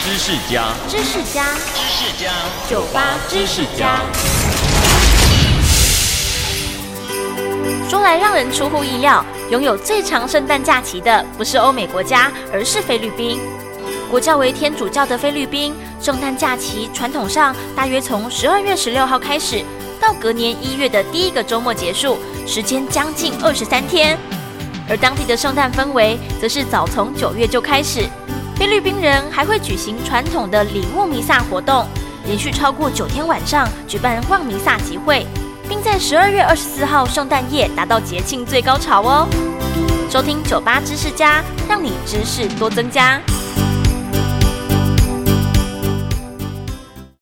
知识家， 知识家， 知识家， 酒吧知识家。说来让人出乎意料，拥有最长圣诞假期的不是欧美国家，而是菲律宾。国教为天主教的菲律宾，圣诞假期传统上大约从12月16号开始，到隔年1月的第一个周末结束，时间将近23天。而当地的圣诞氛围，则是早从9月就开始。菲律宾人还会举行传统的礼物弥撒活动，连续超过9天晚上举办望弥撒集会，并在12月24号圣诞夜达到节庆最高潮哦。收听酒吧知识家，让你知识多增加。